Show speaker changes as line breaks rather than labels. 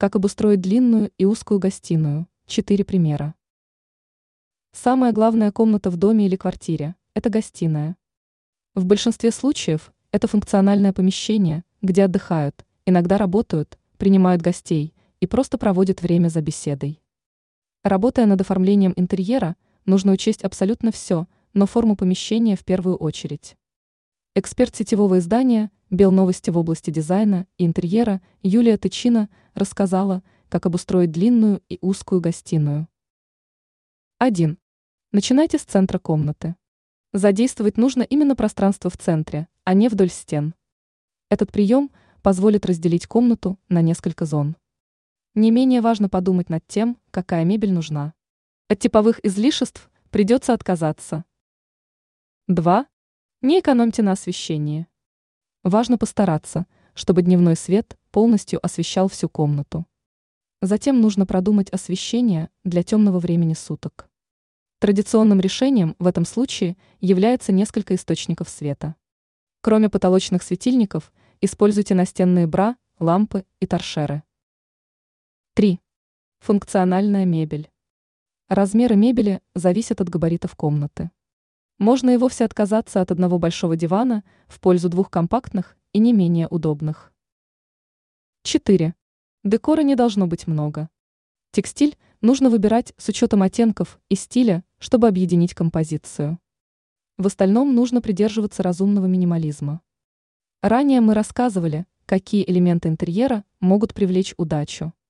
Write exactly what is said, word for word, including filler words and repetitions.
Как обустроить длинную и узкую гостиную? Четыре примера. Самая главная комната в доме или квартире – это гостиная. В большинстве случаев это функциональное помещение, где отдыхают, иногда работают, принимают гостей и просто проводят время за беседой. Работая над оформлением интерьера, нужно учесть абсолютно все, но форму помещения в первую очередь. Эксперт сетевого издания «Белновости» в области дизайна и интерьера Юлия Тычина рассказала, как обустроить длинную и узкую гостиную. один. Начинайте с центра комнаты. Задействовать нужно именно пространство в центре, а не вдоль стен. Этот прием позволит разделить комнату на несколько зон. Не менее важно подумать над тем, какая мебель нужна. От типовых излишеств придется отказаться. два. Не экономьте на освещении. Важно постараться, чтобы дневной свет полностью освещал всю комнату. Затем нужно продумать освещение для темного времени суток. Традиционным решением в этом случае является несколько источников света. Кроме потолочных светильников, используйте настенные бра, лампы и торшеры. три. Функциональная мебель. Размеры мебели зависят от габаритов комнаты. Можно и вовсе отказаться от одного большого дивана в пользу двух компактных и не менее удобных. четыре. Декора не должно быть много. Текстиль нужно выбирать с учетом оттенков и стиля, чтобы объединить композицию. В остальном нужно придерживаться разумного минимализма. Ранее мы рассказывали, какие элементы интерьера могут привлечь удачу.